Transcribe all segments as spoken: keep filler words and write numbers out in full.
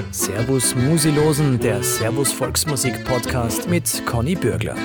Servus Musilosen, der Servus Volksmusik Podcast mit Conny Bürgler.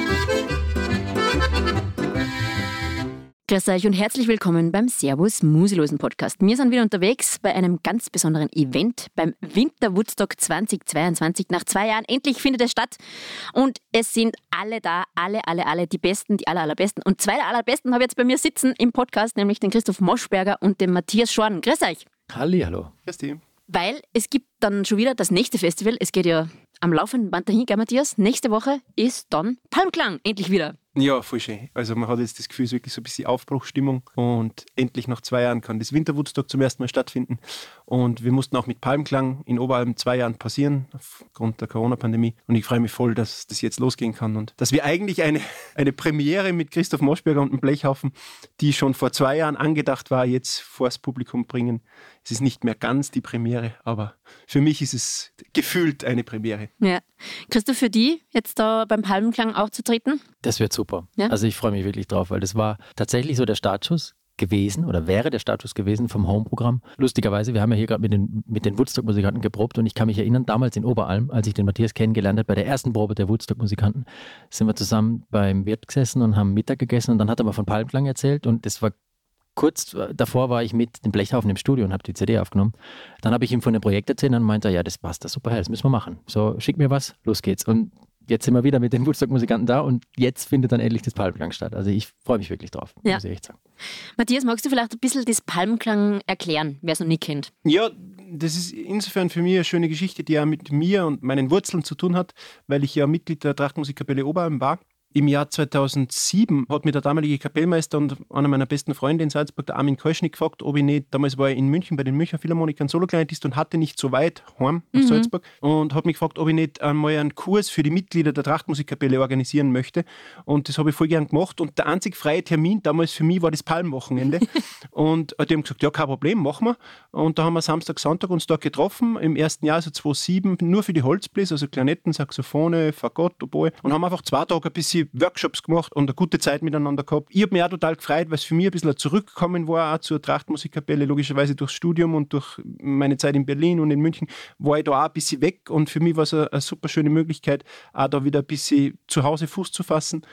Grüß euch und herzlich willkommen beim Servus Musilosen Podcast. Wir sind wieder unterwegs bei einem ganz besonderen Event, beim Winter Woodstock zweitausendzweiundzwanzig. Nach zwei Jahren endlich findet es statt und es sind alle da, alle, alle, alle, die Besten, die aller, allerbesten. Und zwei der allerbesten habe ich jetzt bei mir sitzen im Podcast, nämlich den Christoph Moschberger und den Matthias Schorn. Grüß euch. Hallihallo. Grüß dich. Weil es gibt dann schon wieder das nächste Festival. Es geht ja am laufenden Band dahin, gell Matthias? Nächste Woche ist dann Palmklang endlich wieder. Ja, voll schön. Also man hat jetzt das Gefühl, es ist wirklich so ein bisschen Aufbruchsstimmung und endlich nach zwei Jahren kann das Winter-Woodstock zum ersten Mal stattfinden. Und wir mussten auch mit Palmklang in Oberalm zwei Jahren passieren, aufgrund der Corona-Pandemie. Und ich freue mich voll, dass das jetzt losgehen kann und dass wir eigentlich eine, eine Premiere mit Christoph Moschberger und dem Blechhaufen, die schon vor zwei Jahren angedacht war, jetzt vors Publikum bringen. Es ist nicht mehr ganz die Premiere, aber für mich ist es gefühlt eine Premiere. Ja. Christoph, für die jetzt da beim Palmklang aufzutreten? Das wird super. Ja? Also ich freue mich wirklich drauf, weil das war tatsächlich so der Startschuss gewesen oder wäre der Startschuss gewesen vom Home-Programm. Lustigerweise, wir haben ja hier gerade mit den, mit den Woodstock-Musikanten geprobt und ich kann mich erinnern, damals in Oberalm, als ich den Matthias kennengelernt habe, bei der ersten Probe der Woodstock-Musikanten, sind wir zusammen beim Wirt gesessen und haben Mittag gegessen und dann hat er mal von Palmklang erzählt und das war kurz davor war ich mit dem Blechhaufen im Studio und habe die C D aufgenommen. Dann habe ich ihm von dem Projekt erzählt und dann meinte er, ja, das passt, das ist super, das müssen wir machen. So, schick mir was, los geht's. Und jetzt sind wir wieder mit den Woodstock-Musikanten da und jetzt findet dann endlich das Palmklang statt. Also ich freue mich wirklich drauf, ja. muss ich echt sagen. Matthias, magst du vielleicht ein bisschen das Palmklang erklären, wer es noch nicht kennt? Ja, das ist insofern für mich eine schöne Geschichte, die ja mit mir und meinen Wurzeln zu tun hat, weil ich ja Mitglied der Trachtmusikkapelle Oberalm war. Im Jahr zweitausendsieben hat mir der damalige Kapellmeister und einer meiner besten Freunde in Salzburg, der Armin Keuschnick, gefragt, ob ich nicht, damals war ich in München bei den Münchner Philharmonikern Soloklarinettist und hatte nicht so weit heim nach mhm. Salzburg und hat mich gefragt, ob ich nicht einmal einen Kurs für die Mitglieder der Trachtmusikkapelle organisieren möchte und das habe ich voll gern gemacht und der einzig freie Termin damals für mich war das Palmwochenende und die haben gesagt, ja kein Problem, machen wir und da haben wir Samstag, Sonntag uns dort getroffen, im ersten Jahr, also zweitausendsieben, nur für die Holzbläser, also Klarinetten, Saxophone, Fagott, Oboe und haben einfach zwei Tage ein bisschen Workshops gemacht und eine gute Zeit miteinander gehabt. Ich habe mich auch total gefreut, weil es für mich ein bisschen ein Zurückkommen war, auch zur Trachtmusikkapelle, logischerweise durchs Studium und durch meine Zeit in Berlin und in München, war ich da auch ein bisschen weg und für mich war es eine, eine super schöne Möglichkeit, auch da wieder ein bisschen zu Hause Fuß zu fassen.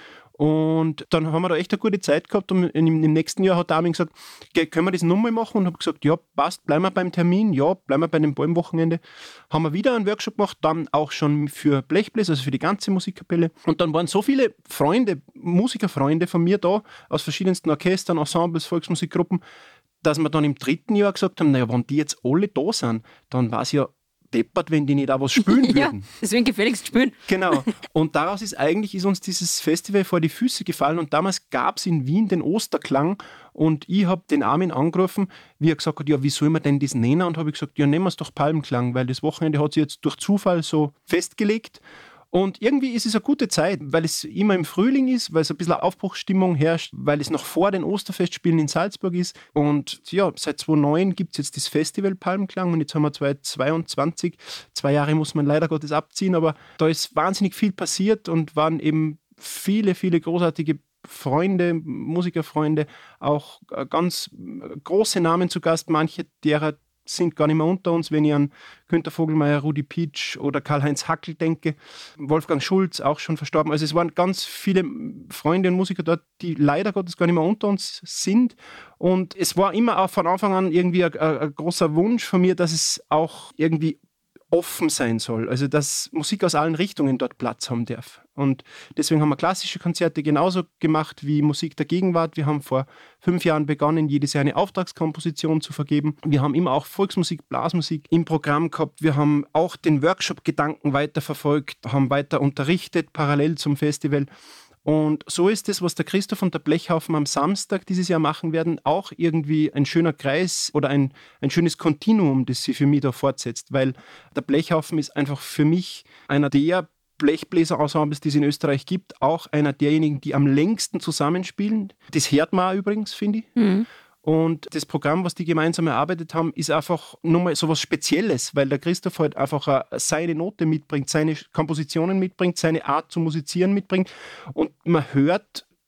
Und dann haben wir da echt eine gute Zeit gehabt und im, im nächsten Jahr hat der Armin gesagt, können wir das nochmal machen? Und habe gesagt, ja, passt, bleiben wir beim Termin, ja, bleiben wir bei dem Palmwochenende. Haben wir wieder einen Workshop gemacht, dann auch schon für Blechbläser, also für die ganze Musikkapelle. Und dann waren so viele Freunde, Musikerfreunde von mir da, aus verschiedensten Orchestern, Ensembles, Volksmusikgruppen, dass wir dann im dritten Jahr gesagt haben, naja, wenn die jetzt alle da sind, dann war es ja deppert, wenn die nicht auch was spielen würden. Ja, deswegen gefälligst spielen. Genau. Und daraus ist eigentlich, ist uns dieses Festival vor die Füße gefallen und damals gab es in Wien den Osterklang und ich habe den Armin angerufen, wie er gesagt hat, ja, wie soll man denn das nennen? Und habe ich gesagt, ja, nehmen wir es doch Palmklang, weil das Wochenende hat sich jetzt durch Zufall so festgelegt. Und irgendwie ist es eine gute Zeit, weil es immer im Frühling ist, weil es ein bisschen Aufbruchsstimmung herrscht, weil es noch vor den Osterfestspielen in Salzburg ist. Und ja, seit zweitausendneun gibt es jetzt das Festival Palmklang und jetzt haben wir zweitausendzweiundzwanzig. Zwei Jahre muss man leider Gottes abziehen, aber da ist wahnsinnig viel passiert und waren eben viele, viele großartige Freunde, Musikerfreunde, auch ganz große Namen zu Gast, manche derer sind gar nicht mehr unter uns, wenn ich an Günter Vogelmeier, Rudi Pietsch oder Karl-Heinz Hackl denke. Wolfgang Schulz, auch schon verstorben. Also es waren ganz viele Freunde und Musiker dort, die leider Gottes gar nicht mehr unter uns sind. Und es war immer auch von Anfang an irgendwie ein, ein, ein großer Wunsch von mir, dass es auch irgendwie offen sein soll, also dass Musik aus allen Richtungen dort Platz haben darf. Und deswegen haben wir klassische Konzerte genauso gemacht wie Musik der Gegenwart. Wir haben vor fünf Jahren begonnen, jedes Jahr eine Auftragskomposition zu vergeben. Wir haben immer auch Volksmusik, Blasmusik im Programm gehabt. Wir haben auch den Workshop-Gedanken weiterverfolgt, haben weiter unterrichtet, parallel zum Festival. Und so ist es, was der Christoph und der Blechhaufen am Samstag dieses Jahr machen werden, auch irgendwie ein schöner Kreis oder ein, ein schönes Kontinuum, das sie für mich da fortsetzt, weil der Blechhaufen ist einfach für mich einer der Blechbläser-Ensembles, die es in Österreich gibt, auch einer derjenigen, die am längsten zusammenspielen. Das hört man auch übrigens, finde ich. Mhm. Und das Programm, was die gemeinsam erarbeitet haben, ist einfach nochmal so was Spezielles, weil der Christoph halt einfach seine Note mitbringt, seine Kompositionen mitbringt, seine Art zu musizieren mitbringt. Und man hört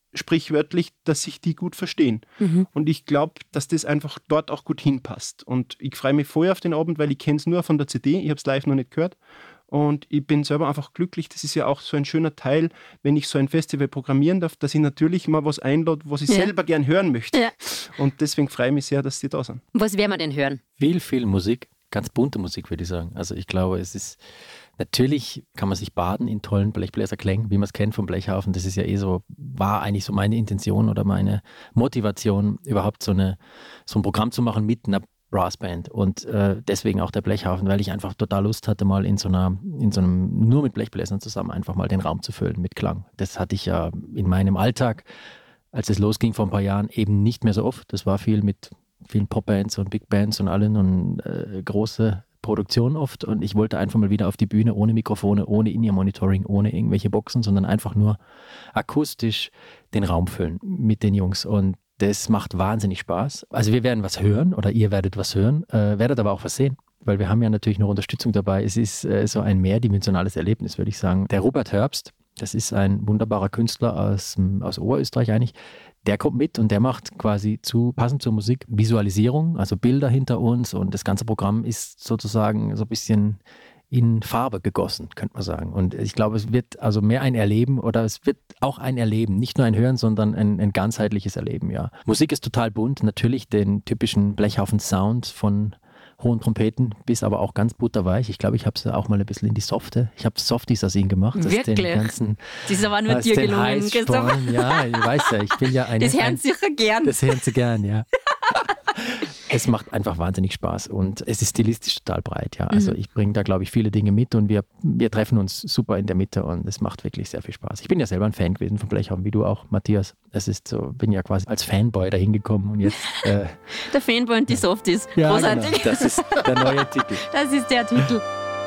sprichwörtlich, dass sich die gut verstehen. Mhm. Und ich glaube, dass das einfach dort auch gut hinpasst. Und ich freue mich voll auf den Abend, weil ich kenne es nur von der C D, ich habe es live noch nicht gehört. Und ich bin selber einfach glücklich. Das ist ja auch so ein schöner Teil, wenn ich so ein Festival programmieren darf, dass ich natürlich mal was einlade, was ich ja. selber gern hören möchte. Ja. Und deswegen freue ich mich sehr, dass Sie da sind. Was werden wir denn hören? Viel, viel Musik. Ganz bunte Musik, würde ich sagen. Also ich glaube, es ist, natürlich kann man sich baden in tollen Blechbläserklängen, wie man es kennt vom Blechhaufen. Das ist ja eh so, war eigentlich so meine Intention oder meine Motivation, überhaupt so, eine, so ein Programm zu machen mit einer Brassband und äh, deswegen auch der Blechhaufen, weil ich einfach total Lust hatte, mal in so einer, in so einem, nur mit Blechbläsern zusammen einfach mal den Raum zu füllen mit Klang. Das hatte ich ja in meinem Alltag, als es losging vor ein paar Jahren, eben nicht mehr so oft. Das war viel mit vielen Popbands und Big Bands und allen und äh, große Produktionen oft und ich wollte einfach mal wieder auf die Bühne ohne Mikrofone, ohne In-Ear-Monitoring, ohne irgendwelche Boxen, sondern einfach nur akustisch den Raum füllen mit den Jungs und das macht wahnsinnig Spaß. Also wir werden was hören oder ihr werdet was hören, äh, werdet aber auch was sehen, weil wir haben ja natürlich noch Unterstützung dabei. Es ist äh, so ein mehrdimensionales Erlebnis, würde ich sagen. Der Robert Herbst, das ist ein wunderbarer Künstler aus, aus Oberösterreich eigentlich, der kommt mit und der macht quasi zu, passend zur Musik, Visualisierung, also Bilder hinter uns und das ganze Programm ist sozusagen so ein bisschen in Farbe gegossen, könnte man sagen. Und ich glaube, es wird also mehr ein Erleben oder es wird auch ein Erleben, nicht nur ein Hören, sondern ein, ein ganzheitliches Erleben, ja. Musik ist total bunt, natürlich den typischen Blechhaufen-Sound von hohen Trompeten, bis aber auch ganz butterweich. Ich glaube, ich habe es auch mal ein bisschen in die Softe. Ich habe Softies aus ihnen gemacht. Wirklich? Den ganzen, das ist aber nur dir gelungen, Christoph. Ja, ich weiß ja, ich bin ja eine... Das hören ein, Sie sicher gern. Das hören Sie gern, ja. Es macht einfach wahnsinnig Spaß und es ist stilistisch total breit, ja. Also mhm. ich bringe da, glaube ich, viele Dinge mit und wir, wir treffen uns super in der Mitte und es macht wirklich sehr viel Spaß. Ich bin ja selber ein Fan gewesen von Blechhaufen, wie du auch, Matthias. Es ist so, bin ja quasi als Fanboy dahin gekommen und jetzt... Äh, der Fanboy und die Softies. Ja, großartig. Genau. Das ist der neue Titel. Das ist der Titel.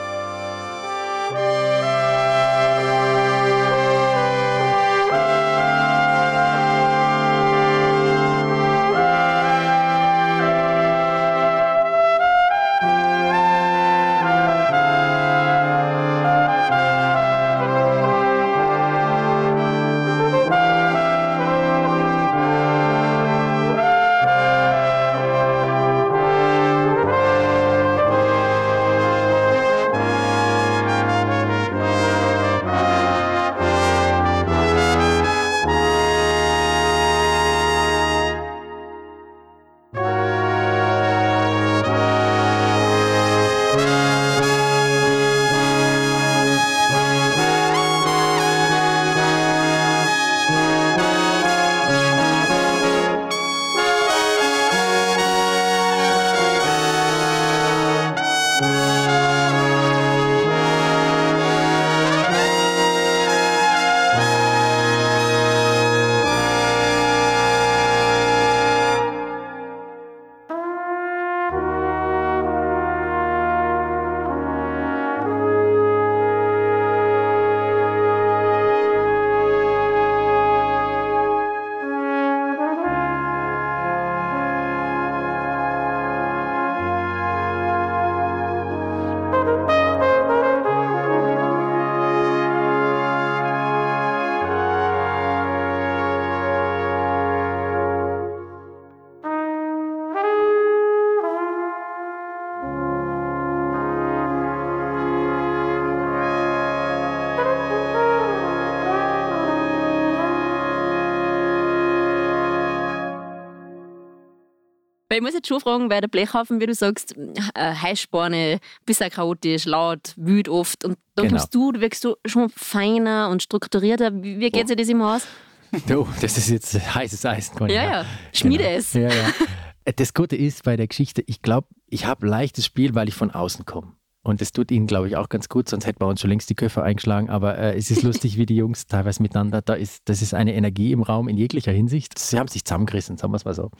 Weil ich muss jetzt schon fragen, weil der Blechhaufen, wie du sagst, äh, Heißsporne, bisschen chaotisch, laut, wüt oft. Und da Genau. kommst du, du wirkst so schon feiner und strukturierter. Wie, wie geht Oh. sich das immer aus? Du, das ist jetzt heißes Eisen. Conny. Ja, ja. Schmiede Genau. es. Ja, ja. Das Gute ist bei der Geschichte, ich glaube, ich habe leichtes Spiel, weil ich von außen komme. Und das tut ihnen, glaube ich, auch ganz gut, sonst hätten wir uns schon längst die Köpfe eingeschlagen. Aber äh, es ist lustig, wie die Jungs teilweise miteinander, da ist, das ist eine Energie im Raum in jeglicher Hinsicht. Sie haben sich zusammengerissen, sagen wir es mal so.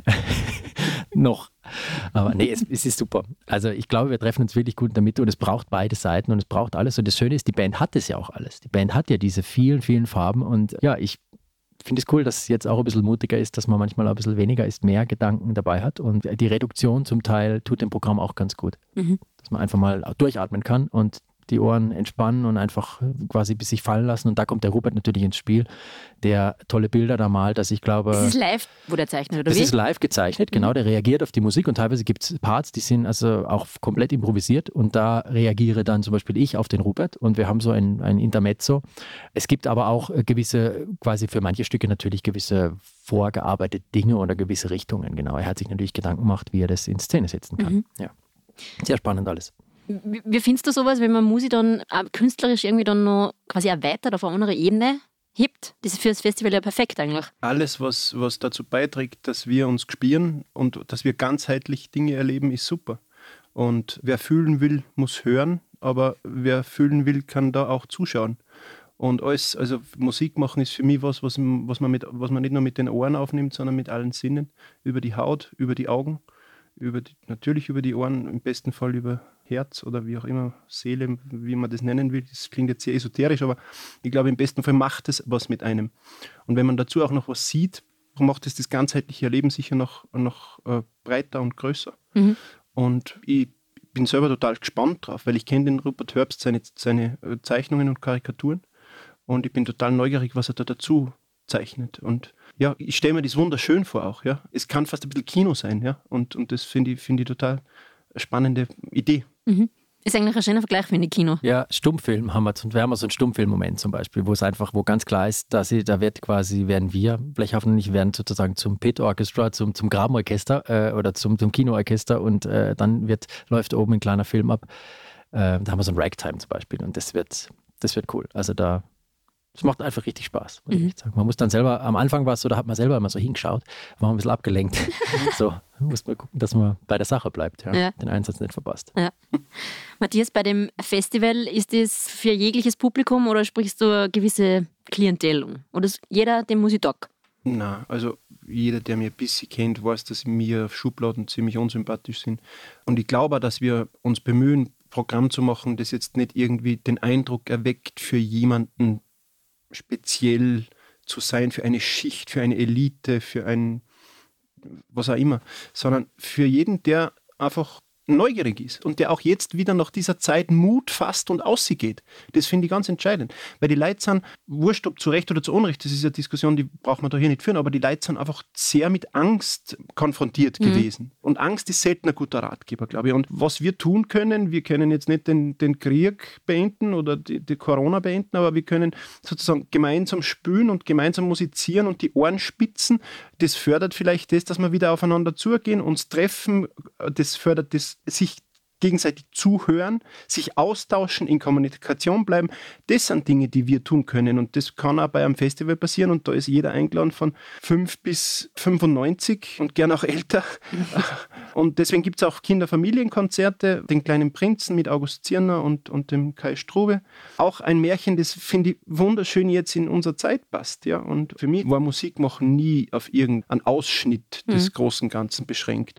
Noch. Aber nee, es, es ist super. Also ich glaube, wir treffen uns wirklich gut in der Mitte und es braucht beide Seiten und es braucht alles. Und das Schöne ist, die Band hat es ja auch alles. Die Band hat ja diese vielen, vielen Farben und ja, ich finde es cool, dass es jetzt auch ein bisschen mutiger ist, dass man manchmal ein bisschen weniger ist, mehr Gedanken dabei hat und die Reduktion zum Teil tut dem Programm auch ganz gut. Mhm. Dass man einfach mal durchatmen kann und die Ohren entspannen und einfach quasi bis sich fallen lassen. Und da kommt der Rupert natürlich ins Spiel, der tolle Bilder da malt. Also ich glaube, das ist live, wo der zeichnet, oder das wie? Das ist live gezeichnet, genau. Der reagiert auf die Musik und teilweise gibt es Parts, die sind also auch komplett improvisiert und da reagiere dann zum Beispiel ich auf den Rupert und wir haben so ein, ein Intermezzo. Es gibt aber auch gewisse, quasi für manche Stücke natürlich gewisse vorgearbeitete Dinge oder gewisse Richtungen. Genau, er hat sich natürlich Gedanken gemacht, wie er das in Szene setzen kann. Mhm. Ja. Sehr spannend alles. Wie, wie findest du sowas, wenn man Musik dann äh, künstlerisch irgendwie dann noch quasi erweitert auf eine andere Ebene hebt? Das ist für das Festival ja perfekt eigentlich. Alles, was, was dazu beiträgt, dass wir uns spüren und dass wir ganzheitlich Dinge erleben, ist super. Und wer fühlen will, muss hören, aber wer fühlen will, kann da auch zuschauen. Und alles, also Musik machen ist für mich was, was, was, man mit, was man nicht nur mit den Ohren aufnimmt, sondern mit allen Sinnen. Über die Haut, über die Augen, über die, natürlich über die Ohren, im besten Fall über Herz oder wie auch immer, Seele, wie man das nennen will. Das klingt jetzt sehr esoterisch, aber ich glaube, im besten Fall macht es was mit einem. Und wenn man dazu auch noch was sieht, macht es das ganzheitliche Erleben sicher noch, noch äh, breiter und größer. Mhm. Und ich bin selber total gespannt drauf, weil ich kenne den Rupert Herbst, seine, seine Zeichnungen und Karikaturen. Und ich bin total neugierig, was er da dazu zeichnet. Und ja, ich stelle mir das wunderschön vor auch. Ja. Es kann fast ein bisschen Kino sein. Ja. Und, und das finde ich, find ich total eine spannende Idee. Mhm. Ist eigentlich ein schöner Vergleich, finde ich, Kino. Ja, Stummfilm haben wir, wir haben so einen Stummfilm-Moment zum Beispiel, wo es einfach, wo ganz klar ist, dass ich, da wird quasi, werden wir, vielleicht hoffentlich werden sozusagen zum Pit Orchestra, zum, zum Grabenorchester äh, oder zum, zum Kinoorchester und äh, dann wird, läuft oben ein kleiner Film ab. Äh, da haben wir so ein Ragtime zum Beispiel und das wird, das wird cool. Also da es macht einfach richtig Spaß, muss mhm. ich echt sagen. Man muss dann selber, am Anfang war es so, da hat man selber immer so hingeschaut, war ein bisschen abgelenkt. So, muss man gucken, dass man bei der Sache bleibt, ja? Ja. Den Einsatz nicht verpasst. Ja. Matthias, bei dem Festival, ist das für jegliches Publikum oder sprichst du eine gewisse Klientel? Oder ist jeder, dem muss ich taugen? Nein, also jeder, der mir ein bisschen kennt, weiß, dass mir Schubladen ziemlich unsympathisch sind. Und ich glaube, dass wir uns bemühen, Programm zu machen, das jetzt nicht irgendwie den Eindruck erweckt, für jemanden speziell zu sein, für eine Schicht, für eine Elite, für ein was auch immer, sondern für jeden, der einfach neugierig ist und der auch jetzt wieder nach dieser Zeit Mut fasst und ausgeht. Das finde ich ganz entscheidend, weil die Leute sind, wurscht ob zu Recht oder zu Unrecht, das ist eine Diskussion, die braucht man da hier nicht führen, aber die Leute sind einfach sehr mit Angst konfrontiert mhm. gewesen. Und Angst ist selten ein guter Ratgeber, glaube ich. Und was wir tun können, wir können jetzt nicht den, den Krieg beenden oder die, die Corona beenden, aber wir können sozusagen gemeinsam spülen und gemeinsam musizieren und die Ohren spitzen. Das fördert vielleicht das, dass wir wieder aufeinander zugehen, uns treffen, das fördert das sich gegenseitig zuhören, sich austauschen, in Kommunikation bleiben. Das sind Dinge, die wir tun können und das kann auch bei einem Festival passieren und da ist jeder eingeladen von fünf bis fünfundneunzig und gern auch älter. Und deswegen gibt es auch Kinder-Familienkonzerte, den kleinen Prinzen mit August Zirner und, und dem Kai Strube. Auch ein Märchen, das finde ich wunderschön jetzt in unserer Zeit passt. Ja? Und für mich war Musik machen nie auf irgendeinen Ausschnitt des mhm. großen Ganzen beschränkt.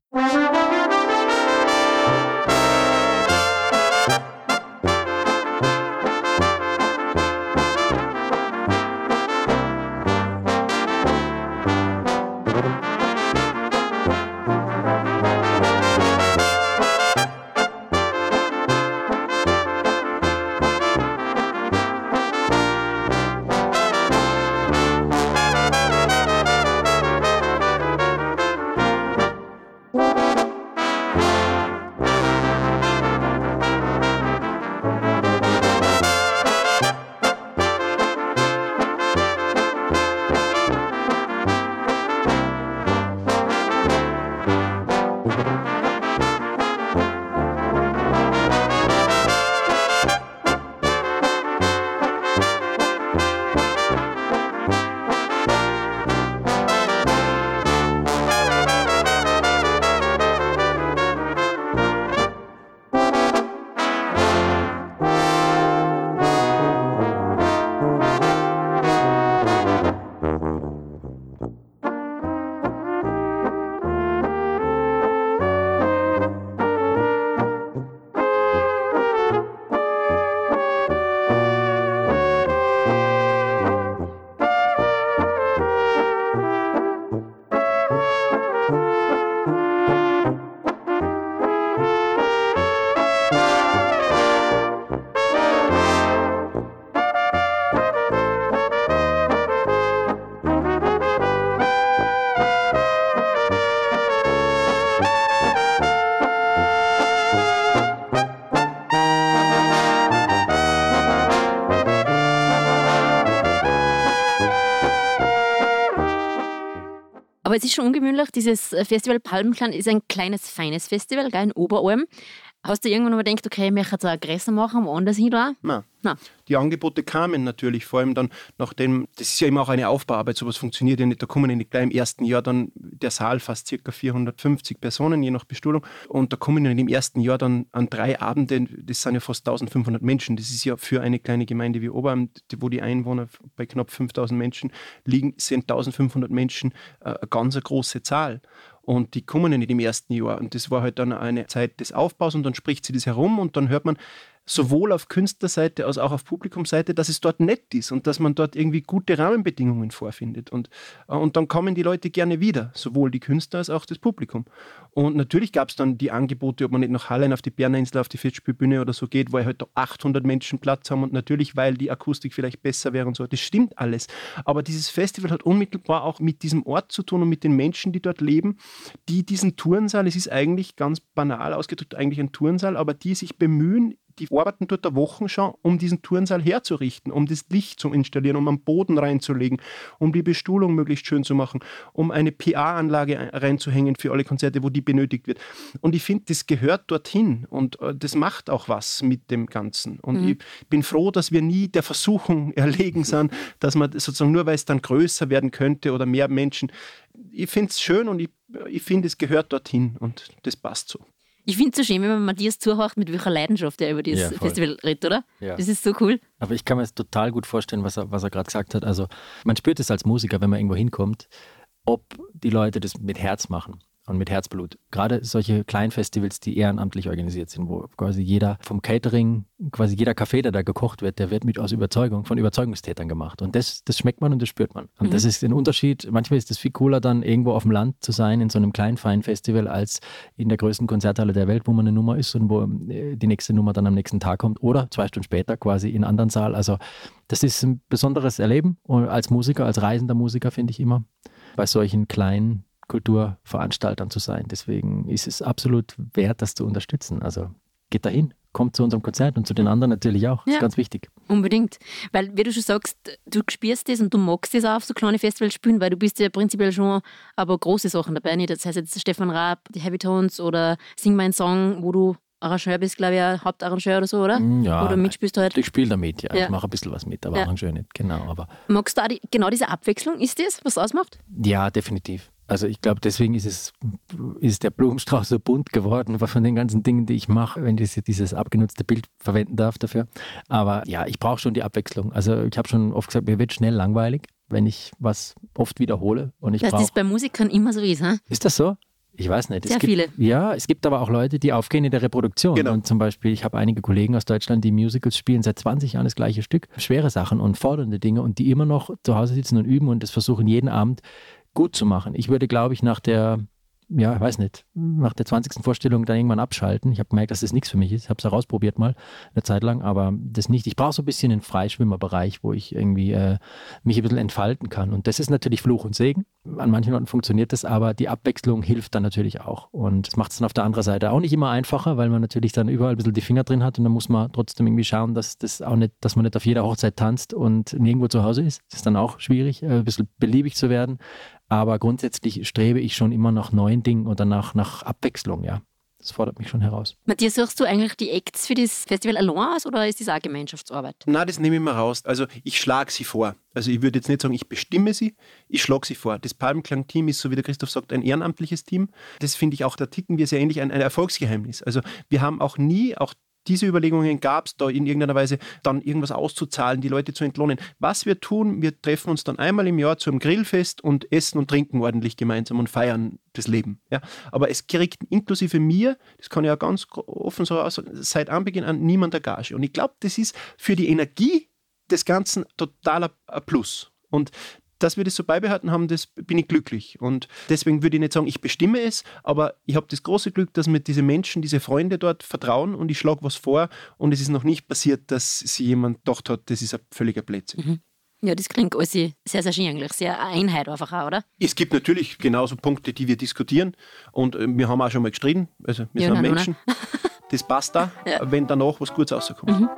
Aber es ist schon ungewöhnlich, dieses Festival Palmenklang ist ein kleines, feines Festival, gell, in Oberalm. Hast du irgendwann mal gedacht, okay, ich möchte jetzt auch größer machen, woanders hin da? Nein. Nein. Die Angebote kamen natürlich, vor allem dann nachdem, das ist ja immer auch eine Aufbauarbeit, sowas funktioniert ja nicht, da kommen ja nicht gleich im ersten Jahr dann der Saal fast ca. vierhundertfünfzig Personen, je nach Bestuhlung, und da kommen ja im ersten Jahr dann an drei Abende, das sind ja fast eintausendfünfhundert Menschen, das ist ja für eine kleine Gemeinde wie Oberalm, wo die Einwohner bei knapp fünftausend Menschen liegen, sind eintausendfünfhundert Menschen äh, eine ganz eine große Zahl. Und die kommen ja nicht im ersten Jahr. Und das war halt dann eine Zeit des Aufbaus und dann spricht sie das herum und dann hört man sowohl auf Künstlerseite als auch auf Publikumsseite, dass es dort nett ist und dass man dort irgendwie gute Rahmenbedingungen vorfindet. Und, und dann kommen die Leute gerne wieder, sowohl die Künstler als auch das Publikum. Und natürlich gab es dann die Angebote, ob man nicht nach Hallein auf die Bernerinsel, auf die Festspielbühne oder so geht, wo halt achthundert Menschen Platz haben und natürlich, weil die Akustik vielleicht besser wäre und so. Das stimmt alles. Aber dieses Festival hat unmittelbar auch mit diesem Ort zu tun und mit den Menschen, die dort leben, die diesen Turnsaal, es ist eigentlich ganz banal ausgedrückt, eigentlich ein Turnsaal, aber die sich bemühen, die arbeiten dort eine Woche schon, um diesen Turnsaal herzurichten, um das Licht zu installieren, um am Boden reinzulegen, um die Bestuhlung möglichst schön zu machen, um eine P A-Anlage reinzuhängen für alle Konzerte, wo die benötigt wird. Und ich finde, das gehört dorthin und das macht auch was mit dem Ganzen. Und mhm. ich bin froh, dass wir nie der Versuchung erlegen sind, dass man sozusagen nur, weil es dann größer werden könnte oder mehr Menschen. Ich finde es schön und ich, ich finde, es gehört dorthin und das passt so. Ich finde es so schön, wenn man Matthias zuhört, mit welcher Leidenschaft er über dieses ja, Festival redet, oder? Ja. Das ist so cool. Aber ich kann mir das total gut vorstellen, was er, was er gerade gesagt hat. Also man spürt es als Musiker, wenn man irgendwo hinkommt, ob die Leute das mit Herz machen und mit Herzblut. Gerade solche Kleinfestivals, die ehrenamtlich organisiert sind, wo quasi jeder vom Catering, quasi jeder Kaffee, der da gekocht wird, der wird mit aus Überzeugung, von Überzeugungstätern gemacht. Und das, das schmeckt man und das spürt man. Und mhm. das ist ein Unterschied. Manchmal ist es viel cooler, dann irgendwo auf dem Land zu sein, in so einem kleinen, feinen Festival, als in der größten Konzerthalle der Welt, wo man eine Nummer ist und wo die nächste Nummer dann am nächsten Tag kommt oder zwei Stunden später quasi in einen anderen Saal. Also das ist ein besonderes Erleben und als Musiker, als reisender Musiker, finde ich immer, bei solchen kleinen Kulturveranstaltern zu sein. Deswegen ist es absolut wert, das zu unterstützen. Also geht dahin, kommt zu unserem Konzert und zu den anderen natürlich auch. Das ja, ist ganz wichtig. Unbedingt. Weil, wie du schon sagst, du spürst das und du magst das auch auf so kleine Festivals spielen, weil du bist ja prinzipiell schon aber große Sachen dabei. Nicht? Das heißt jetzt Stefan Raab, die Heavy Tones oder Sing mein Song, wo du Arrangeur bist, glaube ich, ja, Hauptarrangeur oder so, oder? Ja, oder mitspielst du halt? Ich spiele damit, ja. ja. Ich mache ein bisschen was mit, aber ja. Arrangeur nicht, genau. Aber magst du auch die, genau diese Abwechslung? Ist das, was ausmacht? Ja, definitiv. Also ich glaube, deswegen ist es ist der Blumenstrauß so bunt geworden, von den ganzen Dingen, die ich mache, wenn ich dieses abgenutzte Bild verwenden darf dafür. Aber ja, ich brauche schon die Abwechslung. Also ich habe schon oft gesagt, mir wird schnell langweilig, wenn ich was oft wiederhole. Und ich Dass brauch, das bei Musikern immer so ist, hm? Ist das so? Ich weiß nicht. Sehr es gibt, viele. Ja, es gibt aber auch Leute, die aufgehen in der Reproduktion. Genau. Und zum Beispiel, ich habe einige Kollegen aus Deutschland, die Musicals spielen seit zwanzig Jahren das gleiche Stück. Schwere Sachen und fordernde Dinge und die immer noch zu Hause sitzen und üben und das versuchen jeden Abend gut zu machen. Ich würde, glaube ich, nach der, ja, ich weiß nicht, nach der zwanzigsten Vorstellung dann irgendwann abschalten. Ich habe gemerkt, dass das nichts für mich ist. Ich habe es herausprobiert mal eine Zeit lang, aber das nicht. Ich brauche so ein bisschen einen Freischwimmerbereich, wo ich irgendwie äh, mich ein bisschen entfalten kann. Und das ist natürlich Fluch und Segen. An manchen Orten funktioniert das, aber die Abwechslung hilft dann natürlich auch. Und das macht es dann auf der anderen Seite auch nicht immer einfacher, weil man natürlich dann überall ein bisschen die Finger drin hat und dann muss man trotzdem irgendwie schauen, dass das auch nicht, dass man nicht auf jeder Hochzeit tanzt und nirgendwo zu Hause ist. Das ist dann auch schwierig, ein bisschen beliebig zu werden. Aber grundsätzlich strebe ich schon immer nach neuen Dingen oder nach, nach Abwechslung, ja. Das fordert mich schon heraus. Matthias, suchst du eigentlich die Acts für das Festival allein aus oder ist das auch Gemeinschaftsarbeit? Nein, das nehme ich mal raus. Also ich schlage sie vor. Also ich würde jetzt nicht sagen, ich bestimme sie, ich schlage sie vor. Das Palmenklang-Team ist, so wie der Christoph sagt, ein ehrenamtliches Team. Das finde ich auch, da ticken wir sehr ähnlich, ein, ein Erfolgsgeheimnis. Also wir haben auch nie, auch diese Überlegungen gab es, da in irgendeiner Weise dann irgendwas auszuzahlen, die Leute zu entlohnen. Was wir tun, wir treffen uns dann einmal im Jahr zu einem Grillfest und essen und trinken ordentlich gemeinsam und feiern das Leben. Ja? Aber es kriegt inklusive mir, das kann ich ja ganz offen so aussagen, seit Anbeginn an niemand eine Gage. Und ich glaube, das ist für die Energie des Ganzen totaler Plus. Und dass wir das so beibehalten haben, das bin ich glücklich. Und deswegen würde ich nicht sagen, ich bestimme es, aber ich habe das große Glück, dass mir diese Menschen, diese Freunde dort vertrauen und ich schlage was vor und es ist noch nicht passiert, dass sie jemand gedacht hat, das ist ein völliger Blödsinn. Mhm. Ja, das klingt alles sehr, sehr schön eigentlich, sehr eine Einheit einfach auch, oder? Es gibt natürlich genauso Punkte, die wir diskutieren und wir haben auch schon mal gestritten, also wir ja, sind nein, Menschen. Das passt da, ja. Wenn danach was Gutes rauskommt. Mhm.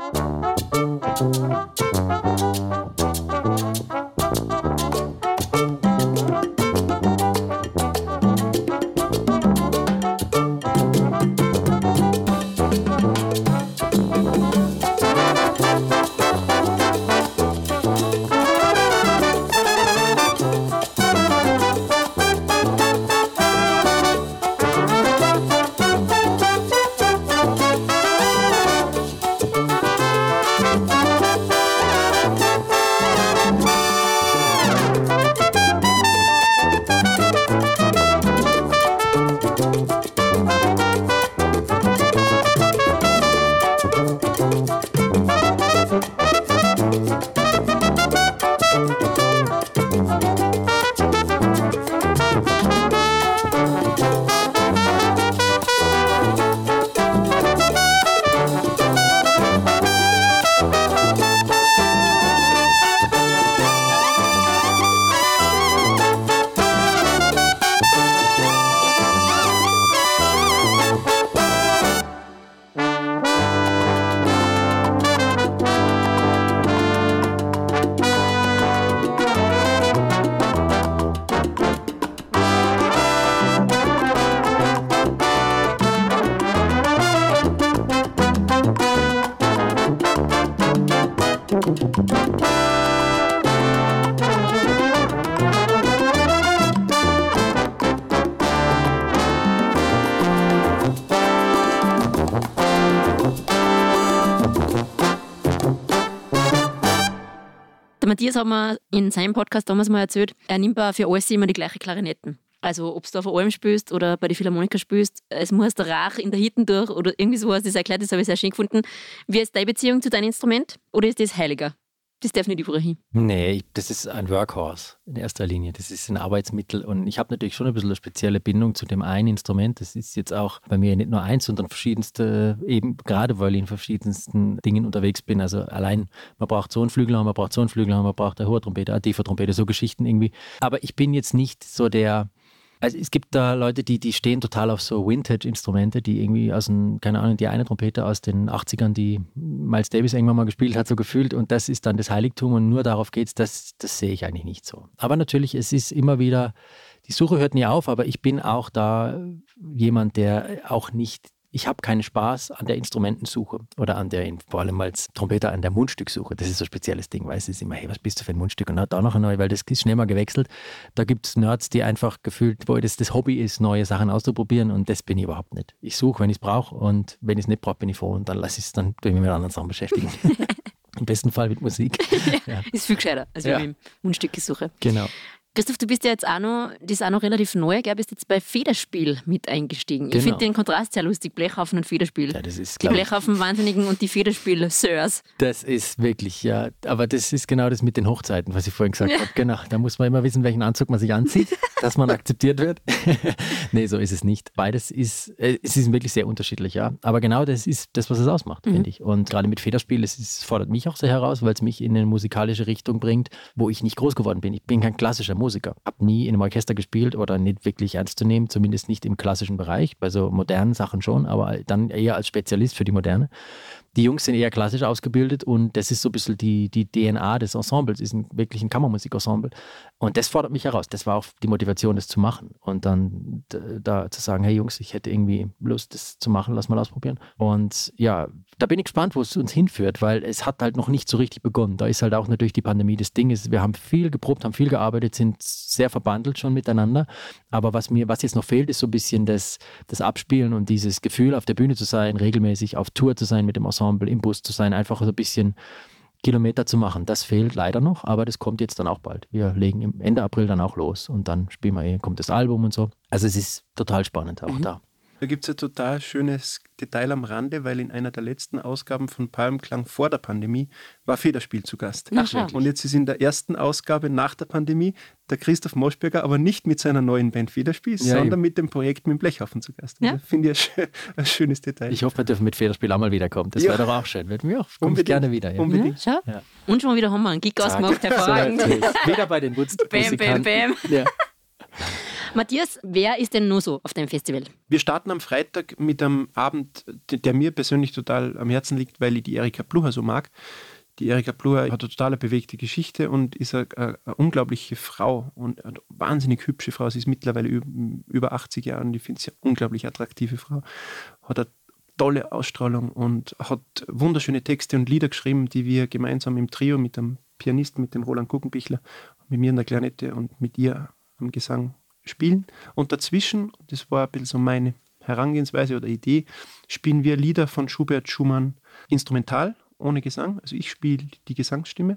Matthias hat mir in seinem Podcast damals mal erzählt, er nimmt auch für alles immer die gleiche Klarinetten. Also ob du auf der Alm spielst oder bei den Philharmoniker spielst, es muss der Rauch in der Hitten durch oder irgendwie sowas, das erklärt, das habe ich sehr schön gefunden. Wie ist deine Beziehung zu deinem Instrument oder ist das heiliger? Das darf nicht überall hin. Nee, das ist ein Workhorse in erster Linie. Das ist ein Arbeitsmittel und ich habe natürlich schon ein bisschen eine spezielle Bindung zu dem einen Instrument. Das ist jetzt auch bei mir nicht nur eins, sondern verschiedenste, eben gerade weil ich in verschiedensten Dingen unterwegs bin. Also allein, man braucht so einen Flügelhorn, man braucht so einen Flügelhorn, man braucht eine hohe Trompete, eine tiefe Trompete, so Geschichten irgendwie. Aber ich bin jetzt nicht so der... Also es gibt da Leute, die, die stehen total auf so Vintage-Instrumente, die irgendwie aus den, keine Ahnung, die eine Trompete aus den achtzigern, die Miles Davis irgendwann mal gespielt hat, so gefühlt und das ist dann das Heiligtum und nur darauf geht's, das, das sehe ich eigentlich nicht so. Aber natürlich, es ist immer wieder, die Suche hört nie auf, aber ich bin auch da jemand, der auch nicht, ich habe keinen Spaß an der Instrumentensuche oder an der, vor allem als Trompeter, an der Mundstücksuche. Das ist so ein spezielles Ding, weißt du, es ist immer, hey, was bist du für ein Mundstück? Und da noch ein neues, weil das ist schnell mal gewechselt. Da gibt es Nerds, die einfach gefühlt, wo das das Hobby ist, neue Sachen auszuprobieren und das bin ich überhaupt nicht. Ich suche, wenn ich es brauche und wenn ich es nicht brauche, bin ich froh und dann lasse ich es, dann tue ich mich mit anderen Sachen beschäftigen. Im besten Fall mit Musik. Ja, ja. Ist viel gescheiter, als ja. mit Mundstückesuche. Genau. Christoph, du bist ja jetzt auch noch, das ist auch noch relativ neu, gell? Bist jetzt bei Federspiel mit eingestiegen. Genau. Ich finde den Kontrast sehr lustig, Blechhaufen und Federspiel. Ja, das ist, die Blechhaufen-Wahnsinnigen und die Federspiel-Sirs. Das ist wirklich, ja, aber das ist genau das mit den Hochzeiten, was ich vorhin gesagt ja. habe. Genau, da muss man immer wissen, welchen Anzug man sich anzieht, dass man akzeptiert wird. Nee, so ist es nicht. Beides ist, äh, es ist wirklich sehr unterschiedlich, ja. Aber genau das ist das, was es ausmacht, mhm. finde ich. Und gerade mit Federspiel, es ist, fordert mich auch sehr heraus, weil es mich in eine musikalische Richtung bringt, wo ich nicht groß geworden bin. Ich bin kein klassischer Musiker. Habe nie in einem Orchester gespielt oder nicht wirklich ernst zu nehmen, zumindest nicht im klassischen Bereich, bei so modernen Sachen schon, aber dann eher als Spezialist für die Moderne. Die Jungs sind eher klassisch ausgebildet und das ist so ein bisschen die, die D N A des Ensembles, ist ein, wirklich ein Kammermusikensemble. Und das fordert mich heraus. Das war auch die Motivation, das zu machen. Und dann da, da zu sagen, hey Jungs, ich hätte irgendwie Lust, das zu machen, lass mal ausprobieren. Und ja, da bin ich gespannt, wo es uns hinführt, weil es hat halt noch nicht so richtig begonnen. Da ist halt auch natürlich die Pandemie das Ding. Ist, wir haben viel geprobt, haben viel gearbeitet, sind sehr verbandelt schon miteinander. Aber was mir, was jetzt noch fehlt, ist so ein bisschen das, das Abspielen und dieses Gefühl, auf der Bühne zu sein, regelmäßig auf Tour zu sein mit dem Ensemble, im Bus zu sein, einfach so ein bisschen Kilometer zu machen. Das fehlt leider noch, aber das kommt jetzt dann auch bald. Wir legen im Ende April dann auch los und dann spielen wir, kommt das Album und so. Also es ist total spannend auch mhm. da. Da gibt es ein total schönes Detail am Rande, weil in einer der letzten Ausgaben von Palmklang vor der Pandemie war Federspiel zu Gast. Ach, und jetzt ist in der ersten Ausgabe nach der Pandemie der Christoph Moschberger, aber nicht mit seiner neuen Band Federspiel, ja, sondern eben. mit dem Projekt mit dem Blechhaufen zu Gast. Ja. Also finde ich ein, ein schönes Detail. Ich hoffe, wir dürfen mit Federspiel auch mal wiederkommen. Das ja. wäre doch auch schön. Würden wir auch Unbedingt. gerne wieder. Ja. Unbedingt. Ja, ja. Und schon mal wieder haben wir einen Gig ausgemacht, hervorragend. So, wieder bei den Woodstock-Musikanten. Bam, bam, bam. Ja. Matthias, wer ist denn nur so auf deinem Festival? Wir starten am Freitag mit einem Abend, der mir persönlich total am Herzen liegt, weil ich die Erika Pluhar so mag. Die Erika Pluhar hat eine total bewegte Geschichte und ist eine, eine, eine unglaubliche Frau und eine wahnsinnig hübsche Frau. Sie ist mittlerweile über achtzig Jahre und ich finde sie eine unglaublich attraktive Frau. Hat eine tolle Ausstrahlung und hat wunderschöne Texte und Lieder geschrieben, die wir gemeinsam im Trio mit dem Pianisten, mit dem Roland Guggenbichler, mit mir in der Klarinette und mit ihr am Gesang spielen. Und dazwischen, das war ein bisschen so meine Herangehensweise oder Idee, spielen wir Lieder von Schubert, Schumann instrumental, ohne Gesang. Also ich spiele die Gesangsstimme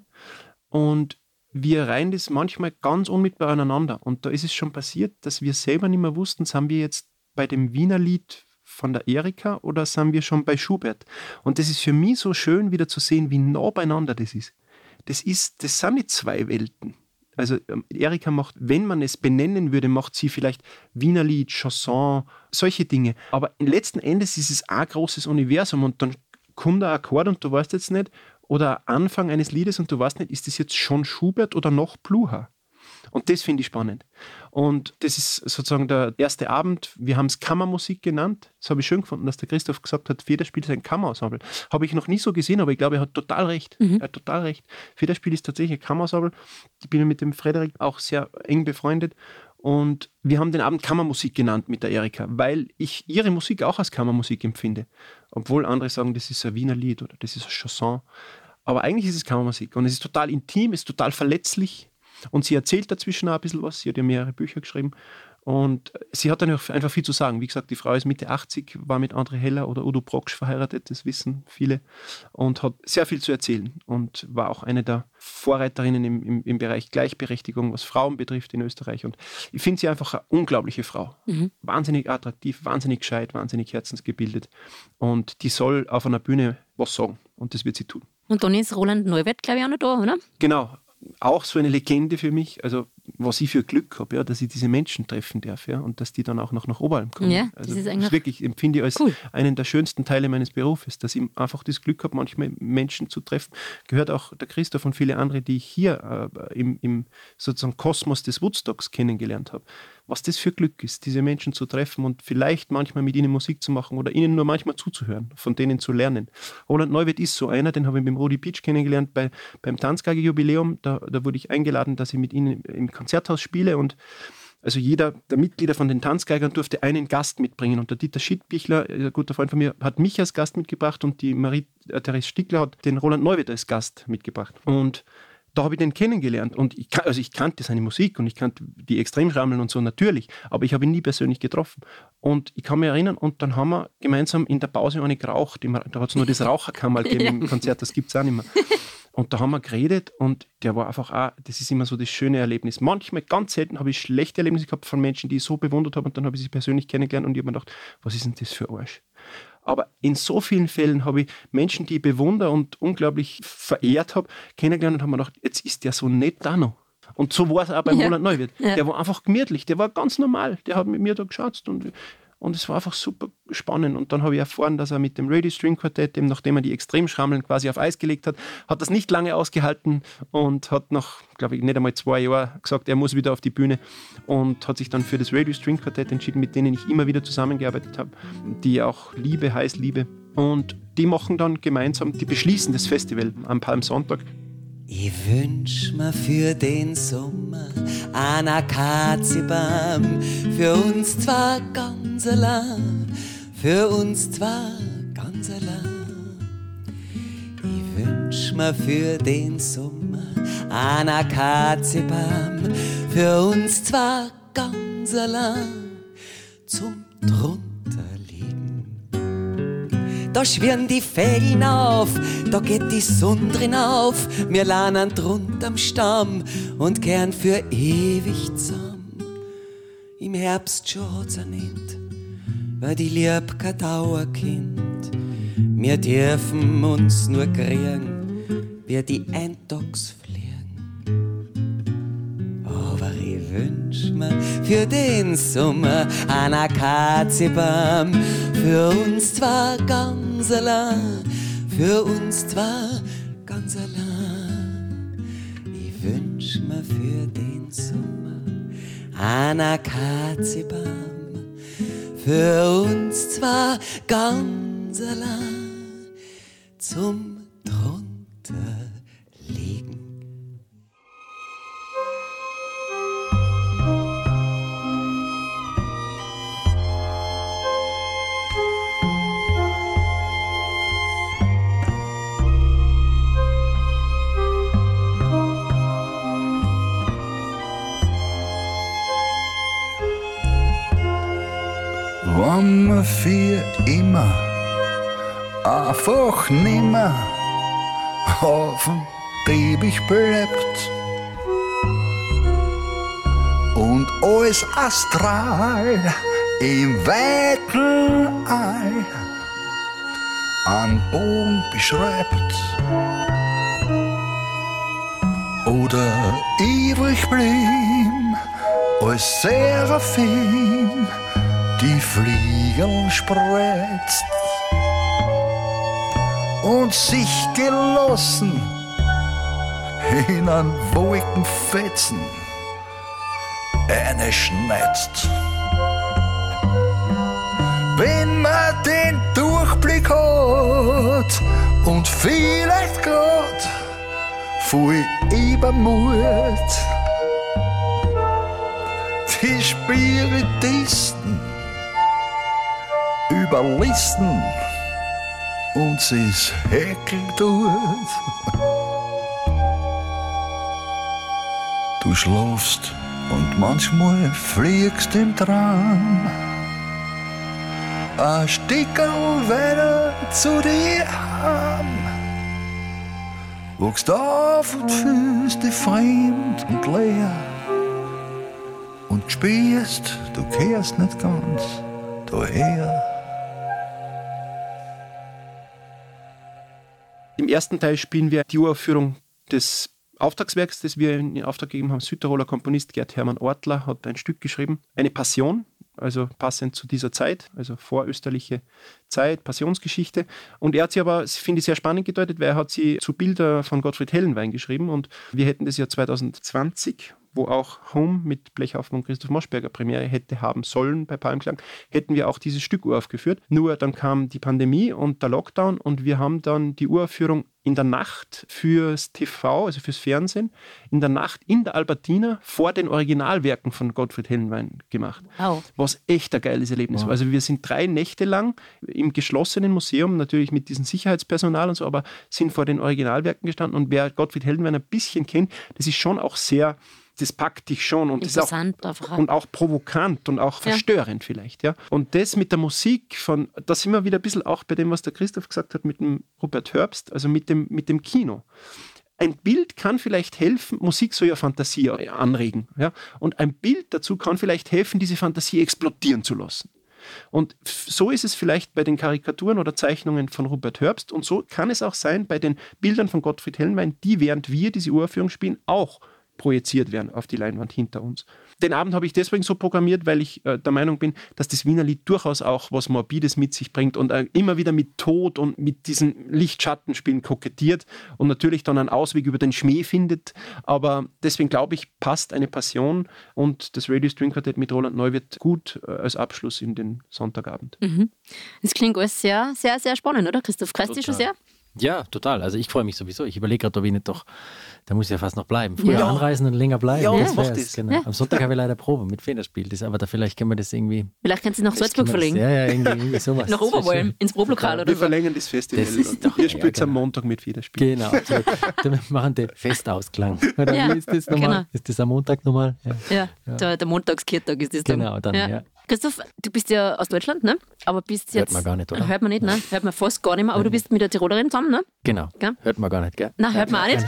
und wir reihen das manchmal ganz unmittelbar aneinander. Und da ist es schon passiert, dass wir selber nicht mehr wussten, sind wir jetzt bei dem Wiener Lied von der Erika oder sind wir schon bei Schubert? Und das ist für mich so schön, wieder zu sehen, wie nah beieinander das ist. Das ist, das sind nicht zwei Welten. Also Erika macht, wenn man es benennen würde, macht sie vielleicht Wiener Lied, Chanson, solche Dinge. Aber letzten Endes ist es ein großes Universum und dann kommt ein Akkord und du weißt jetzt nicht, oder ein Anfang eines Liedes und du weißt nicht, ist das jetzt schon Schubert oder noch Pluhar? Und das finde ich spannend. Und das ist sozusagen der erste Abend. Wir haben es Kammermusik genannt. Das habe ich schön gefunden, dass der Christoph gesagt hat, Federspiel ist ein Kammerensemble. Habe ich noch nie so gesehen, aber ich glaube, er hat total recht. Mhm. Er hat total recht. Federspiel ist tatsächlich ein Kammerensemble. Ich bin mit dem Frederik auch sehr eng befreundet. Und wir haben den Abend Kammermusik genannt mit der Erika, weil ich ihre Musik auch als Kammermusik empfinde. Obwohl andere sagen, das ist ein Wiener Lied oder das ist ein Chanson. Aber eigentlich ist es Kammermusik. Und es ist total intim, es ist total verletzlich. Und sie erzählt dazwischen auch ein bisschen was. Sie hat ja mehrere Bücher geschrieben. Und sie hat dann einfach viel zu sagen. Wie gesagt, die Frau ist Mitte achtzig, war mit André Heller oder Udo Brocksch verheiratet, das wissen viele, und hat sehr viel zu erzählen und war auch eine der Vorreiterinnen im, im, im Bereich Gleichberechtigung, was Frauen betrifft in Österreich. Und ich finde sie einfach eine unglaubliche Frau. Mhm. Wahnsinnig attraktiv, wahnsinnig gescheit, wahnsinnig herzensgebildet. Und die soll auf einer Bühne was sagen. Und das wird sie tun. Und dann ist Roland Neuwirth, glaube ich, auch noch da, oder? Genau. Auch so eine Legende für mich, also was ich für Glück habe, ja, dass ich diese Menschen treffen darf, ja, und dass die dann auch noch nach Oberalm kommen. Ja, also das ist das wirklich empfinde ich als cool. einen der schönsten Teile meines Berufes, dass ich einfach das Glück habe, manchmal Menschen zu treffen. Gehört auch der Christoph und viele andere, die ich hier äh, im, im sozusagen Kosmos des Woodstocks kennengelernt habe. Was das für Glück ist, diese Menschen zu treffen und vielleicht manchmal mit ihnen Musik zu machen oder ihnen nur manchmal zuzuhören, von denen zu lernen. Roland Neuwirth ist so einer, den habe ich mit dem Rudi Pitsch kennengelernt bei, beim Tanzgeige-Jubiläum. Da, da wurde ich eingeladen, dass ich mit ihnen im Konzerthaus spiele, und also jeder der Mitglieder von den Tanzgeigern durfte einen Gast mitbringen, und der Dieter Schittbichler, ein guter Freund von mir, hat mich als Gast mitgebracht, und die Marie-Therese Stickler hat den Roland Neuwirth als Gast mitgebracht. Und da habe ich den kennengelernt, und ich, also ich kannte seine Musik und ich kannte die Extremschrammeln und so natürlich, aber ich habe ihn nie persönlich getroffen. Und ich kann mich erinnern, und dann haben wir gemeinsam in der Pause eine geraucht. Da hat es nur das Raucherkammerl gegeben im Konzert, das gibt es auch nicht mehr. Und da haben wir geredet, und der war einfach auch, das ist immer so das schöne Erlebnis. Manchmal, ganz selten, habe ich schlechte Erlebnisse gehabt von Menschen, die ich so bewundert habe, und dann habe ich sie persönlich kennengelernt und ich habe mir gedacht, was ist denn das für Arsch? Aber in so vielen Fällen habe ich Menschen, die ich bewundere und unglaublich verehrt habe, kennengelernt und habe mir gedacht, jetzt ist der so nett da noch. Und so war es auch beim ja. Roland Neuwirth. Ja. Der war einfach gemütlich, der war ganz normal. Der hat mit mir da geschatzt, und, und es war einfach super spannend. Und dann habe ich erfahren, dass er mit dem Radio String Quartett, nachdem er die Extremschrammeln quasi auf Eis gelegt hat, hat das nicht lange ausgehalten und hat nach, glaube ich, nicht einmal zwei Jahren gesagt, er muss wieder auf die Bühne, und hat sich dann für das Radio String Quartett entschieden, mit denen ich immer wieder zusammengearbeitet habe, die auch liebe, heiß liebe. Und die machen dann gemeinsam, die beschließen das Festival am Palmsonntag. Ich wünsch mir für den Sommer einen Akazienbaum, für uns zwar ganz allein, für uns zwar ganz allein. Ich wünsch mir für den Sommer einen Akazienbaum, für uns zwar ganz allein, zum drunterliegen. Da schwirren die Vögel auf, da geht die Sonne drin auf, wir lernen drunter am Stamm und kehren für ewig zusammen. Im Herbst schon hat's er nicht, weil die Lieb kein Dauerkind. Wir dürfen uns nur kriegen, wie die Eintagsfliegen. Aber ich wünsch mir für den Sommer einen Akazienbaum, für uns zwar ganz allein, für uns zwar ganz allein. Ich wünsch mir für den Sommer einen Akazienbaum, für uns zwar ganz allein, zum drunterliegen. Wenn man für immer einfach nimmer auf dem Teppich bleibt und alles astral im weiten All an Boden beschreibt oder ewig blieb als Seraphim die Fliegen spreizt und sich gelassen in an Wolkenfetzen eine schneizt. Wenn man den Durchblick hat und vielleicht grad voll Übermut, die Spiritisten überlisten uns ist Häkel tut. Du schlafst Und manchmal fliegst im Traum ein Stückchen weiter zu dir heim. Wuchst auf und fühlst dich fremd und leer und spürst, du kehrst nicht ganz daher. Im ersten Teil spielen wir die Uraufführung des Auftragswerks, das wir in Auftrag gegeben haben. Südtiroler Komponist Gerd Hermann Ortler hat ein Stück geschrieben, eine Passion, also passend zu dieser Zeit, also vorösterliche Zeit, Passionsgeschichte. Und er hat sie aber, finde ich, sehr spannend gedeutet, weil er hat sie zu Bilder von Gottfried Hellenwein geschrieben und wir hätten das Jahr zwanzig zwanzig, wo auch Home mit Blechhaufen und Christoph Moschberger Premiere hätte haben sollen bei Palmklang, hätten wir auch dieses Stück uraufgeführt. Nur dann kam die Pandemie und der Lockdown und wir haben dann die Uraufführung in der Nacht fürs T V, also fürs Fernsehen, in der Nacht in der Albertina vor den Originalwerken von Gottfried Hellenwein gemacht. Wow. Was echt ein geiles Erlebnis Wow. war. Also wir sind drei Nächte lang im geschlossenen Museum, natürlich mit diesem Sicherheitspersonal und so, aber sind vor den Originalwerken gestanden und wer Gottfried Hellenwein ein bisschen kennt, das ist schon auch sehr, das packt dich schon und das ist auch, Interessant. und auch provokant und auch Ja. verstörend vielleicht. Ja. Und das mit der Musik, von, da sind wir wieder ein bisschen auch bei dem, was der Christoph gesagt hat mit dem Robert Herbst, also mit dem, mit dem Kino. Ein Bild kann vielleicht helfen, Musik soll ja Fantasie anregen. Ja. Und ein Bild dazu kann vielleicht helfen, diese Fantasie explodieren zu lassen. Und so ist es vielleicht bei den Karikaturen oder Zeichnungen von Robert Herbst und so kann es auch sein bei den Bildern von Gottfried Hellenwein, die während wir diese Uraufführung spielen, auch projiziert werden auf die Leinwand hinter uns. Den Abend habe ich deswegen so programmiert, weil ich äh, der Meinung bin, dass das Wiener Lied durchaus auch was Morbides mit sich bringt und äh, immer wieder mit Tod und mit diesen Licht-Schatten-Spielen kokettiert und natürlich dann einen Ausweg über den Schmäh findet. Aber deswegen glaube ich, passt eine Passion und das Radio String Quartett mit Roland Neuwirth gut äh, als Abschluss in den Sonntagabend. Mhm. Das klingt alles sehr, sehr, sehr spannend, oder Christoph? Freust du dich schon sehr? Ja, total. Also ich freue mich sowieso. Ich überlege gerade, ob ich nicht doch, da muss ich ja fast noch bleiben. Früher Ja. anreisen und länger bleiben. Ja, das mach wär's, das. Genau. Ja. Am Sonntag habe ich leider Probe mit Federspiel. Das, aber da vielleicht können wir das irgendwie... Vielleicht kannst du nach Salzburg können wir verlegen. Das, ja, ja, irgendwie, irgendwie sowas. Nach Oberwolm, ins Problokal oder Wir so. verlängern das Festival. Das ist doch- Ihr ja, spielt am genau. Montag mit Federspiel. Genau. So, dann machen die Festausklang. Oder Ja, wie ist das nochmal? genau. Ist das am Montag nochmal? Ja. Ja, Der, der Montagskirtag ist das dann. Genau, dann, ja. Christoph, du bist ja aus Deutschland, ne? Aber bist Hört jetzt... man gar nicht, oder? Hört man nicht, ne? Hört man fast gar nicht mehr. Aber du bist mit der Tirolerin zusammen, ne? Genau. Gell? Hört man gar nicht, gell? Nein, hört man auch nicht.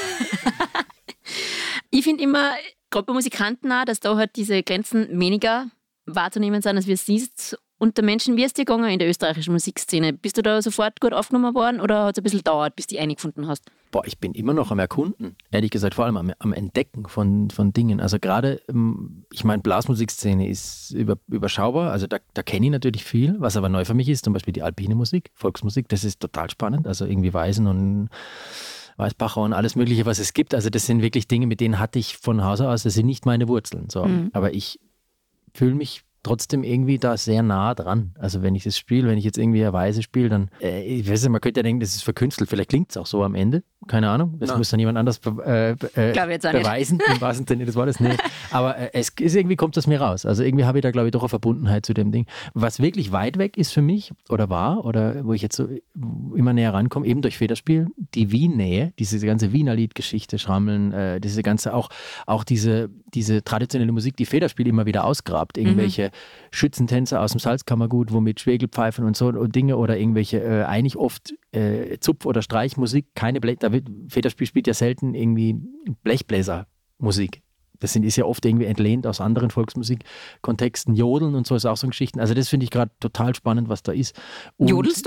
Ich finde immer, gerade bei Musikanten auch, dass da halt diese Grenzen weniger wahrzunehmen sind, als wir es siehst. Unter Menschen, wie ist dir gegangen in der österreichischen Musikszene? Bist du da sofort gut aufgenommen worden oder hat es ein bisschen gedauert, bis du dich eingefunden hast? Boah, ich bin immer noch am Erkunden, ehrlich gesagt, vor allem am, am Entdecken von, von Dingen. Also gerade, ähm, ich meine, Blasmusikszene ist über, überschaubar, also da, da kenne ich natürlich viel, was aber neu für mich ist, zum Beispiel die alpine Musik, Volksmusik, das ist total spannend, also irgendwie Weisen und Weißbacher und alles Mögliche, was es gibt. Also das sind wirklich Dinge, mit denen hatte ich von Hause aus, das sind nicht meine Wurzeln. So. Mhm. Aber ich fühle mich trotzdem irgendwie da sehr nah dran. Also wenn ich das spiele, wenn ich jetzt irgendwie eine Weise spiele, dann, äh, ich weiß nicht, man könnte ja denken, das ist verkünstelt. Vielleicht klingt es auch so am Ende. Keine Ahnung. Das Nein. muss dann jemand anders be äh, äh, Glaub ich jetzt auch nicht. beweisen. Im wahrsten Sinne des Wortes. Nee. Aber äh, es ist, irgendwie kommt das mir raus. Also irgendwie habe ich da, glaube ich, doch eine Verbundenheit zu dem Ding. Was wirklich weit weg ist für mich oder war, oder wo ich jetzt so immer näher rankomme, eben durch Federspiel, die Wien-Nähe, diese ganze Wiener Liedgeschichte, Schrammeln, äh, diese ganze, auch, auch diese, diese traditionelle Musik, die Federspiel immer wieder ausgrabt. Irgendwelche Schützentänzer aus dem Salzkammergut, wo mit Schwegelpfeifen und so und Dinge oder irgendwelche, äh, eigentlich oft äh, Zupf- oder Streichmusik, keine Blech, da wird, Federspiel spielt ja selten irgendwie Blechbläsermusik. Das sind, ist ja oft irgendwie entlehnt aus anderen Volksmusikkontexten. Jodeln und so ist auch so Geschichten. Also das finde ich gerade total spannend, was da ist. Und, Jodelst du?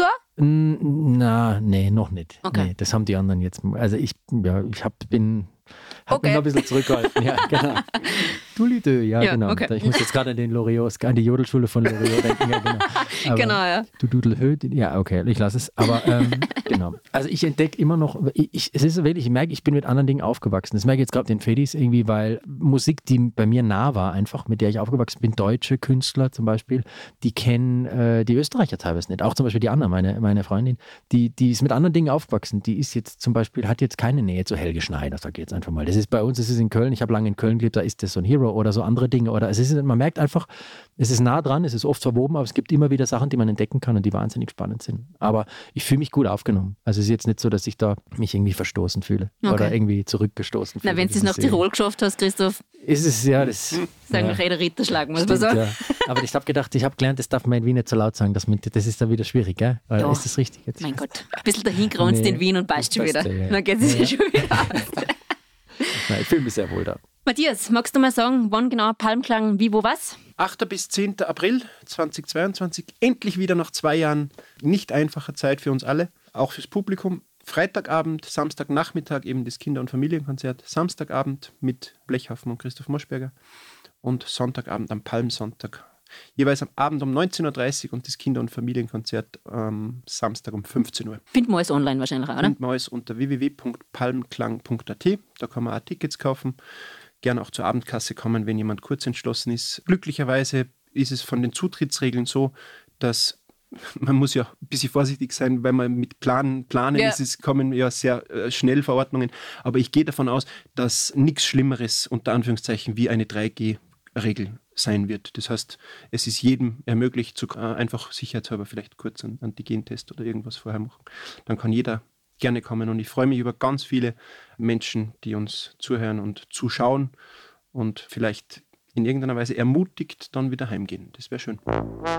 N- Na, nee, noch nicht. Okay. Nee, das haben die anderen jetzt. Also ich, ja, ich hab, bin, hab Okay. mich noch ein bisschen zurückgehalten. Ja, genau. Dulidö, ja, Ja, genau. okay. Ich muss jetzt gerade an den Loriot, an die Jodelschule von Loriot denken. Ja, genau. Aber Genau, ja. Du Dudelhö, ja, okay, ich lasse es. Aber ähm, genau. Also ich entdecke immer noch, ich, ich, es ist wirklich, ich merke, ich bin mit anderen Dingen aufgewachsen. Das merke ich jetzt gerade den Fedis irgendwie, weil Musik, die bei mir nah war, einfach, mit der ich aufgewachsen bin, deutsche Künstler zum Beispiel, die kennen äh, die Österreicher teilweise nicht. Auch zum Beispiel die Anna, meine, meine Freundin, die, die ist mit anderen Dingen aufgewachsen. Die ist jetzt zum Beispiel, hat jetzt keine Nähe zu Helge Schneider, sag ich jetzt einfach mal. Das ist bei uns, das ist in Köln, ich habe lange in Köln gelebt, da ist das so ein Hero oder so andere Dinge. Oder es ist, man merkt einfach, es ist nah dran, es ist oft verwoben, aber es gibt immer wieder Sachen, die man entdecken kann und die wahnsinnig spannend sind. Aber ich fühle mich gut aufgenommen. Also es ist jetzt nicht so, dass ich da mich irgendwie verstoßen fühle okay. oder irgendwie zurückgestoßen fühle. Na, wenn du es nach Tirol geschafft hast, Christoph. Ist es, ja, das... Sagen wir, ja. Rede Ritterschlag, muss man sagen. Ja. Aber ich habe gedacht, ich habe gelernt, das darf man in Wien nicht so laut sagen. Das, das ist dann wieder schwierig, gell? Ja. Ist das richtig jetzt? Mein Gott, ein bisschen dahin grunzt nee. in Wien und passt schon wieder. Ja. Dann geht es ja. ja schon wieder aus. Nein, ich fühle mich sehr wohl da. Matthias, magst du mal sagen, wann genau Palmklang, wie, wo, was? achter bis zehnter April zweitausendzweiundzwanzig. Endlich wieder nach zwei Jahren nicht einfacher Zeit für uns alle, auch fürs Publikum. Freitagabend, Samstagnachmittag eben das Kinder- und Familienkonzert. Samstagabend mit Blechhafen und Christoph Moschberger. Und Sonntagabend am Palmsonntag. Jeweils am Abend um neunzehn Uhr dreißig und das Kinder- und Familienkonzert am Samstag um fünfzehn Uhr. Findet man alles online wahrscheinlich auch, oder? Findet man alles unter w w w punkt palmklang punkt a t. Da kann man auch Tickets kaufen. Gerne auch zur Abendkasse kommen, wenn jemand kurz entschlossen ist. Glücklicherweise ist es von den Zutrittsregeln so, dass man muss ja ein bisschen vorsichtig sein, weil man mit Planen, planen ja. ist, es kommen ja sehr äh, schnell Verordnungen. Aber ich gehe davon aus, dass nichts Schlimmeres unter Anführungszeichen wie eine drei G Regel sein wird. Das heißt, es ist jedem ermöglicht, zu, äh, einfach sicherheitshalber vielleicht kurz einen Antigentest oder irgendwas vorher machen. Dann kann jeder gerne kommen und ich freue mich über ganz viele Menschen, die uns zuhören und zuschauen und vielleicht in irgendeiner Weise ermutigt dann wieder heimgehen. Das wäre schön.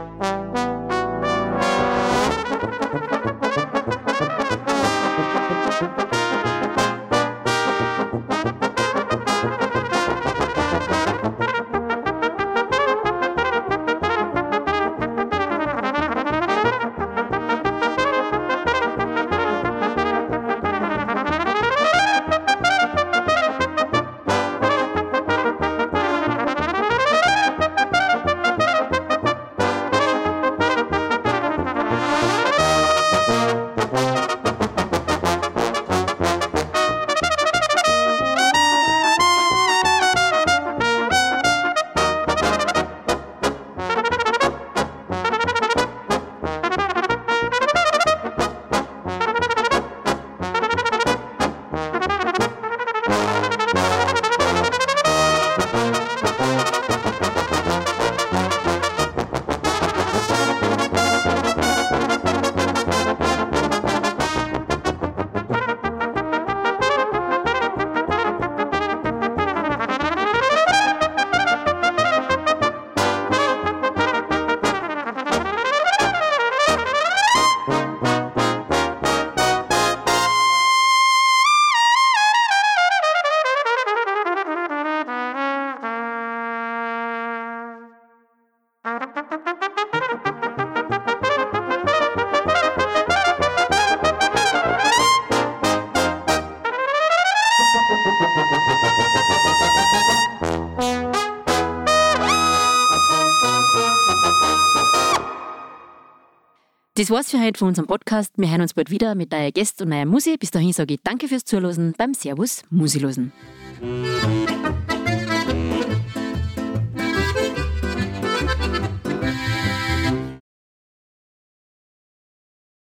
Das war's für heute von unserem Podcast. Wir hören uns bald wieder mit neuen Gästen und neuer Musik. Bis dahin sage ich danke fürs Zuhören beim Servus Musilosen.